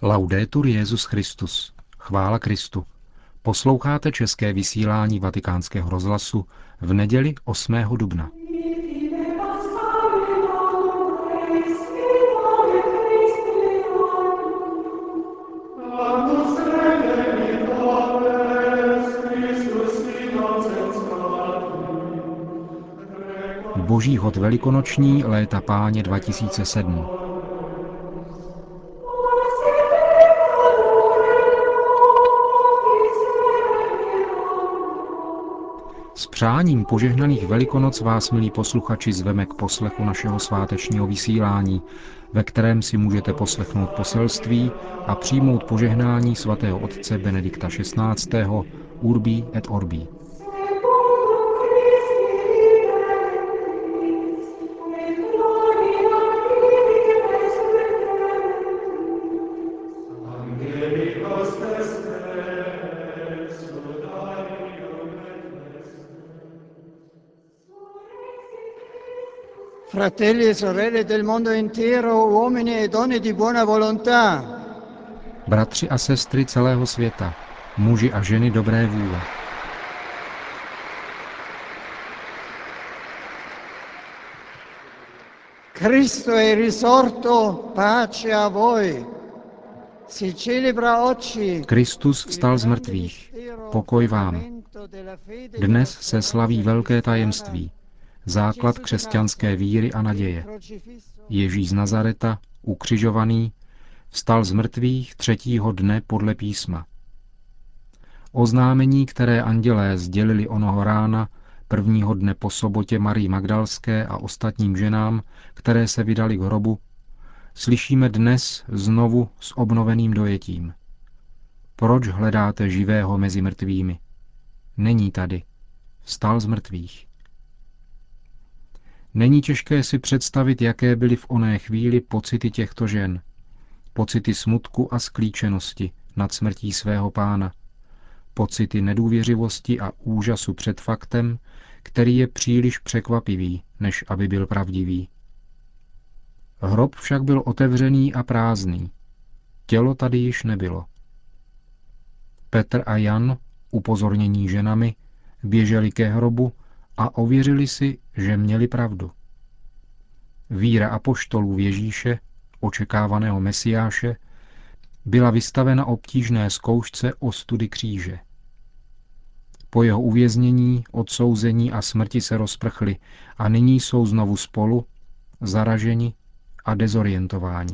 Laudetur Jesus Christus. Chvála Kristu. Posloucháte české vysílání Vatikánského rozhlasu v neděli 8. dubna. Boží hod velikonoční léta Páně 2007. S přáním požehnaných Velikonoc vás, milí posluchači, zveme k poslechu našeho svátečního vysílání, ve kterém si můžete poslechnout poselství a přijmout požehnání svatého otce Benedikta XVI. Urbi et Orbi. Fratelli e sorelle del mondo intero, uomini e donne di buona volontà. Bratři a sestry celého světa, muži a ženy dobré vůle. Cristo è risorto, pace a voi. Si celebra oggi. Kristus vstal z mrtvých, pokoj vám. Dnes se slaví velké tajemství, základ křesťanské víry a naděje. Ježíš z Nazareta, ukřižovaný, vstal z mrtvých 3. dne podle písma. Oznámení, které andělé sdělili onoho rána, 1. dne po sobotě Marii Magdalské a ostatním ženám, které se vydali k hrobu, slyšíme dnes znovu s obnoveným dojetím. Proč hledáte živého mezi mrtvými? Není tady. Vstal z mrtvých. Není těžké si představit, jaké byly v oné chvíli pocity těchto žen. Pocity smutku a sklíčenosti nad smrtí svého Pána. Pocity nedůvěřivosti a úžasu před faktem, který je příliš překvapivý, než aby byl pravdivý. Hrob však byl otevřený a prázdný. Tělo tady již nebylo. Petr a Jan, upozornění ženami, běželi ke hrobu a ověřili si, že měli pravdu. Víra apoštolů v Ježíše, očekávaného Mesiáše, byla vystavena obtížné zkoušce ostudy kříže. Po jeho uvěznění, odsouzení a smrti se rozprchli a nyní jsou znovu spolu, zaraženi a dezorientováni.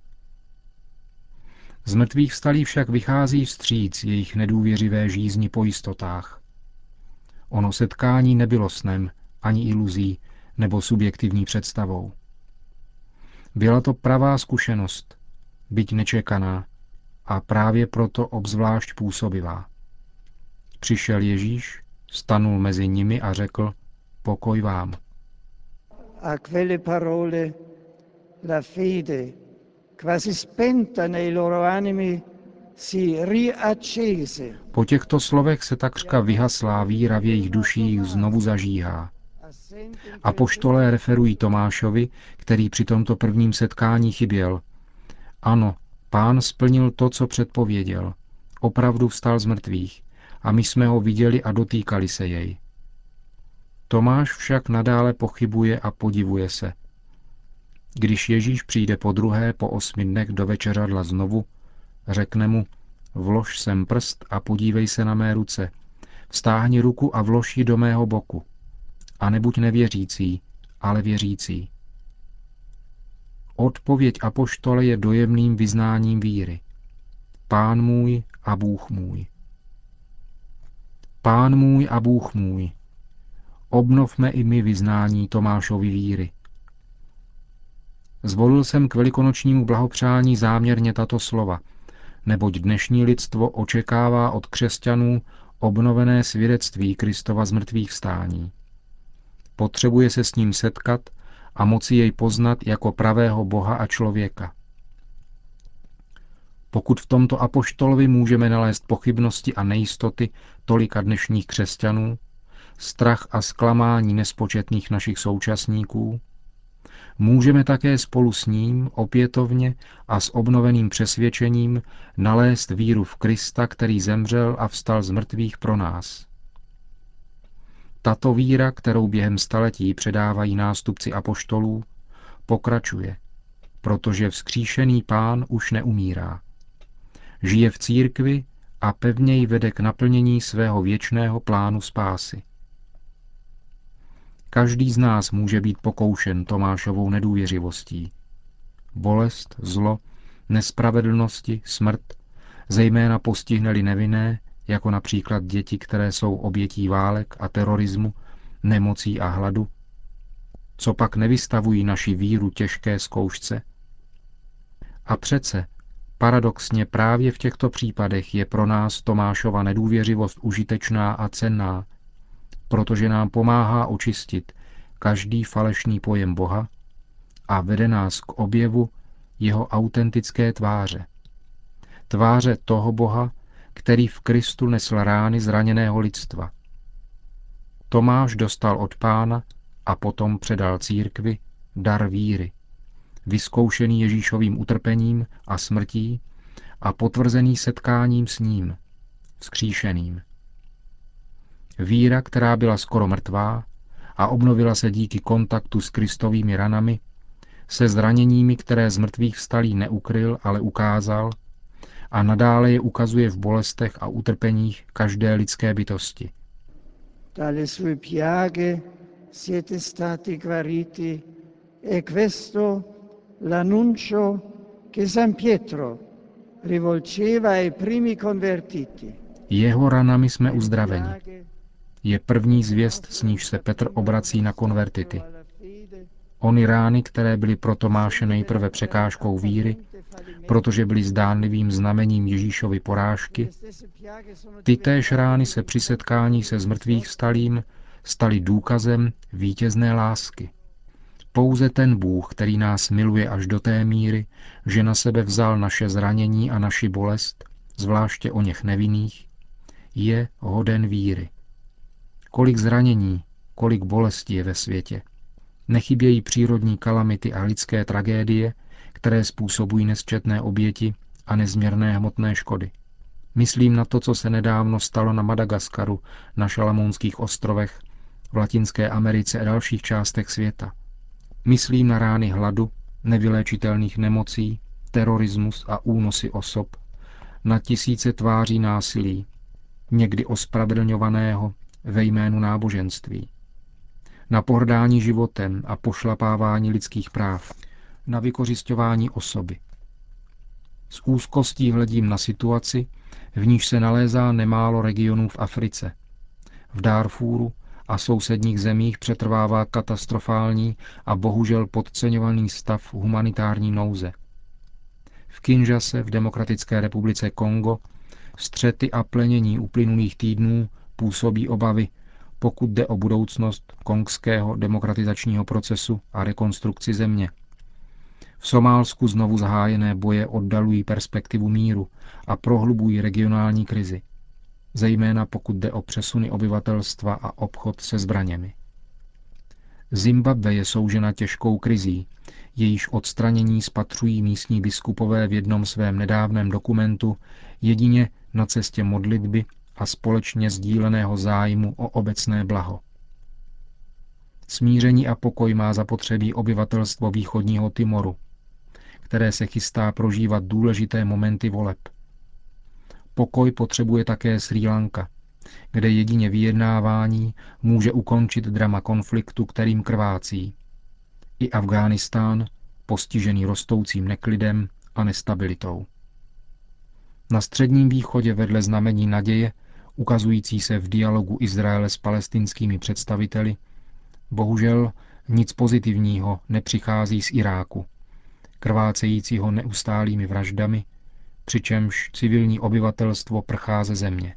Z mrtvých vstalí však vychází vstříc jejich nedůvěřivé žízni po jistotách. Ono setkání nebylo snem, ani iluzí nebo subjektivní představou. Byla to pravá zkušenost, byť nečekaná, a právě proto obzvlášť působivá. Přišel Ježíš, stanul mezi nimi a řekl: pokoj vám. A quelle parole la fede, quasi spenta nei loro animi, si riaccese. Po těchto slovech se takřka vyhaslá víra v jejich duších znovu zažíhá. Apoštolé referují Tomášovi, který při tomto prvním setkání chyběl. Ano, Pán splnil to, co předpověděl. Opravdu vstal z mrtvých a my jsme ho viděli a dotýkali se jej. Tomáš však nadále pochybuje a podivuje se. Když Ježíš přijde podruhé po 8 dnech do večeřadla znovu, řekne mu: vlož sem prst a podívej se na mé ruce, vztáhni ruku a vlož ji do mého boku. A nebuď nevěřící, ale věřící. Odpověď apoštole je dojemným vyznáním víry. Pán můj a Bůh můj. Pán můj a Bůh můj. Obnovme i my vyznání Tomášovy víry. Zvolil jsem k velikonočnímu blahopřání záměrně tato slova, neboť dnešní lidstvo očekává od křesťanů obnovené svědectví Kristova zmrtvýchvstání. Potřebuje se s ním setkat a moci jej poznat jako pravého Boha a člověka. Pokud v tomto apoštolovi můžeme nalézt pochybnosti a nejistoty tolika dnešních křesťanů, strach a zklamání nespočetných našich současníků, můžeme také spolu s ním opětovně a s obnoveným přesvědčením nalézt víru v Krista, který zemřel a vstal z mrtvých pro nás. Tato víra, kterou během staletí předávají nástupci apoštolů, pokračuje, protože vzkříšený Pán už neumírá. Žije v církvi a pevně ji vede k naplnění svého věčného plánu spásy. Každý z nás může být pokoušen Tomášovou nedůvěřivostí. Bolest, zlo, nespravedlnosti, smrt, zejména postihne-li nevinné, jako například děti, které jsou obětí válek a terorismu, nemocí a hladu, co pak nevystavují naši víru těžké zkoušce? A přece, paradoxně právě v těchto případech je pro nás Tomášova nedůvěřivost užitečná a cenná, protože nám pomáhá očistit každý falešný pojem Boha a vede nás k objevu jeho autentické tváře. Tváře toho Boha, který v Kristu nesl rány zraněného lidstva. Tomáš dostal od Pána a potom předal církvi dar víry, vyzkoušený Ježíšovým utrpením a smrtí a potvrzený setkáním s ním, vzkříšeným. Víra, která byla skoro mrtvá a obnovila se díky kontaktu s Kristovými ranami, se zraněními, které z mrtvých vstalý neukryl, ale ukázal, a nadále je ukazuje v bolestech a utrpeních každé lidské bytosti. Dalle sue piaghe siete stati guariti e questo l'annuncio che San Pietro rivolgeva ai primi convertiti. Jeho ranami jsme uzdraveni. Je první zvěst, s níž se Petr obrací na konvertity. Ony rány, které byly pro Tomáše nejprve překážkou víry, protože byly zdánlivým znamením Ježíšovy porážky, ty též rány se při setkání se zmrtvých vstalým staly důkazem vítězné lásky. Pouze ten Bůh, který nás miluje až do té míry, že na sebe vzal naše zranění a naši bolest, zvláště o něch nevinných, je hoden víry. Kolik zranění, kolik bolesti je ve světě. Nechybějí přírodní kalamity a lidské tragédie, které způsobují nesčetné oběti a nezměrné hmotné škody. Myslím na to, co se nedávno stalo na Madagaskaru, na Šalamounských ostrovech, v Latinské Americe a dalších částech světa. Myslím na rány hladu, nevyléčitelných nemocí, terorismus a únosy osob, na tisíce tváří násilí, někdy ospravedlňovaného ve jménu náboženství, na pohrdání životem a pošlapávání lidských práv, na vykořisťování osoby. S úzkostí hledím na situaci, v níž se nalézá nemálo regionů v Africe. V Darfúru a sousedních zemích přetrvává katastrofální a bohužel podceňovaný stav humanitární nouze. V Kinshase v Demokratické republice Kongo střety a plenění uplynulých týdnů působí obavy, pokud jde o budoucnost kongského demokratizačního procesu a rekonstrukci země. V Somálsku znovu zahájené boje oddalují perspektivu míru a prohlubují regionální krizi, zejména pokud jde o přesuny obyvatelstva a obchod se zbraněmi. Zimbabwe je soužena těžkou krizí, jejíž odstranění spatřují místní biskupové v jednom svém nedávném dokumentu jedině na cestě modlitby a společně sdíleného zájmu o obecné blaho. Smíření a pokoj má zapotřebí obyvatelstvo východního Timoru, které se chystá prožívat důležité momenty voleb. Pokoj potřebuje také Srí Lanka, kde jedině vyjednávání může ukončit drama konfliktu, kterým krvácí. I Afghánistán, postižený rostoucím neklidem a nestabilitou. Na Středním východě vedle znamení naděje, ukazující se v dialogu Izraele s palestinskými představiteli, bohužel nic pozitivního nepřichází z Iráku, krvácejícího neustálými vraždami, přičemž civilní obyvatelstvo prchá ze země.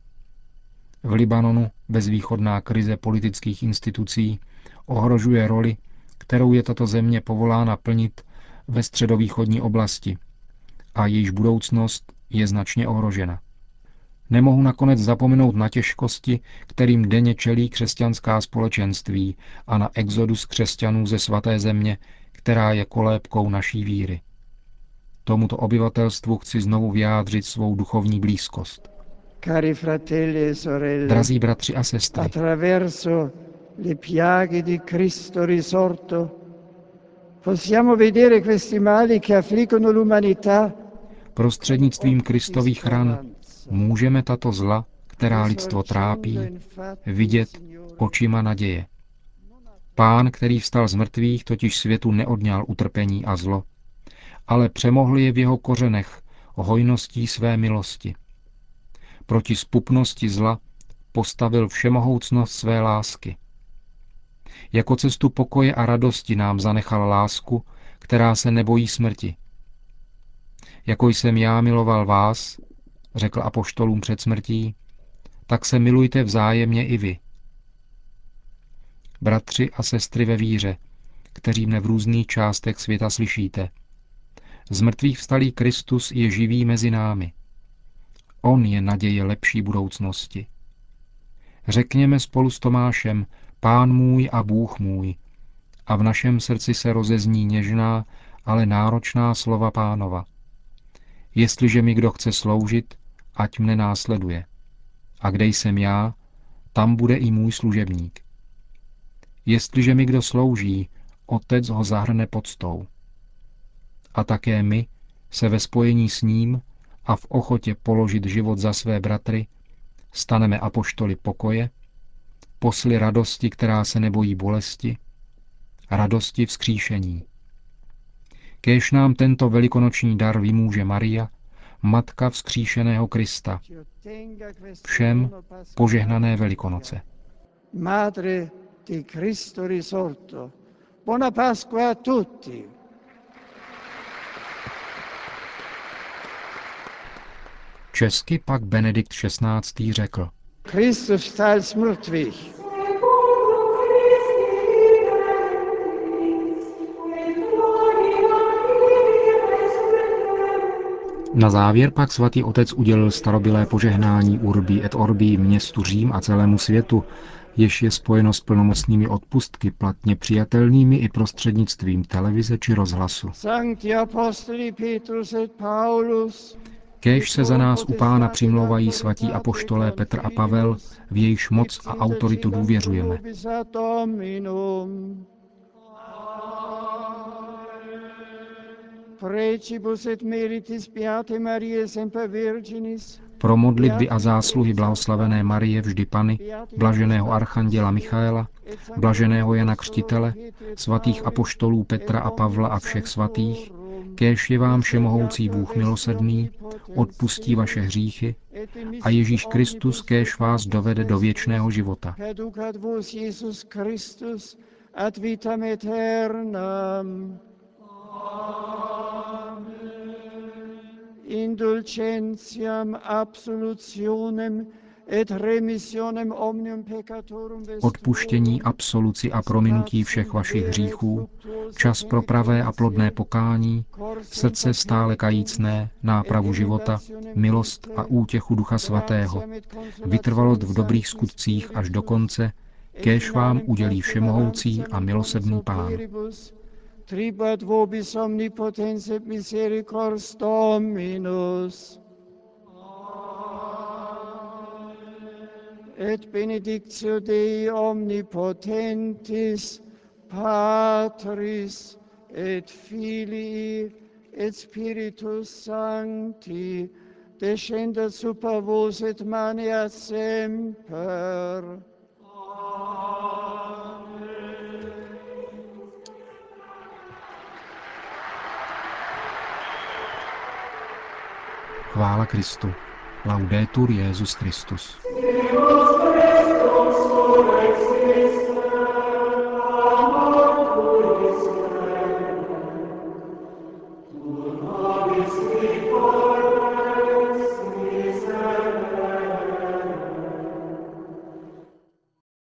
V Libanonu bezvýchodná krize politických institucí ohrožuje roli, kterou je tato země povolána plnit ve středovýchodní oblasti a jejíž budoucnost je značně ohrožena. Nemohu nakonec zapomenout na těžkosti, kterým denně čelí křesťanská společenství a na exodus křesťanů ze svaté země, která je kolébkou naší víry. Tomuto obyvatelstvu chci znovu vyjádřit svou duchovní blízkost. Cari fratelli e sorelle, Drazí bratři a sestry, attraverso le piaghe di Cristo risorto possiamo vedere questi mali che affliggono l'umanità. prostřednictvím Kristových ran můžeme tato zla, která lidstvo trápí, vidět očima naděje. Pán, který vstal z mrtvých, totiž světu neodňal utrpení a zlo, ale přemohl je v jeho kořenech hojností své milosti. Proti zpupnosti zla postavil všemohoucnost své lásky. Jako cestu pokoje a radosti nám zanechal lásku, která se nebojí smrti. Jako jsem já miloval vás, řekl apoštolům před smrtí, tak se milujte vzájemně i vy. Bratři a sestry ve víře, kteří mne v různých částech světa slyšíte, z mrtvých vstalý Kristus je živý mezi námi. On je naděje lepší budoucnosti. Řekněme spolu s Tomášem, Pán můj a Bůh můj, a v našem srdci se rozezní něžná, ale náročná slova Pánova. Jestliže mi kdo chce sloužit, ať mne následuje. A kde jsem já, tam bude i můj služebník. Jestliže mi kdo slouží, Otec ho zahrne poctou. A také my se ve spojení s ním a v ochotě položit život za své bratry staneme apoštoly pokoje, posly radosti, která se nebojí bolesti, radosti vzkříšení. Kéž nám tento velikonoční dar vymůže Maria, matka vzkříšeného Krista. Všem požehnané Velikonoce. Madre di Cristo risorto. Buona Pasqua a tutti. Česky pak Benedikt XVI. Řekl: Kristus vstal z mrtvých. Na závěr pak svatý otec udělil starobylé požehnání Urbi et Orbi městu Řím a celému světu, jež je spojeno s plnomocnými odpustky platně přijatelnými i prostřednictvím televize či rozhlasu. Kéž se za nás u Pána přimlouvají svatí apoštolé Petr a Pavel, v jejichž moc a autoritu důvěřujeme. Pro modlitby a zásluhy blahoslavené Marie vždy Panny, blaženého archanděla Michaela, blaženého Jana Křtitele, svatých apoštolů Petra a Pavla a všech svatých, kéž je vám všemohoucí Bůh milosrdný, odpustí vaše hříchy a Ježíš Kristus kéž vás dovede do věčného života. Indulgentiam, absolutionem et remissionem omnium peccatorum Odpuštění, absoluci a prominutí všech vašich hříchů, čas pro pravé a plodné pokání, srdce stále kajícné, nápravu života, milost a útěchu Ducha Svatého, vytrvalost v dobrých skutcích až do konce, kéž vám udělí všemohoucí a milosrdný Pán. Tribuat vobis omnipotens et misericors Dominus. Et benedictio Dei omnipotentis, Patris et Filii et Spiritus Sancti, descendat super vos et maneat semper. Chvála Kristu. Laudetur Jesus Christus.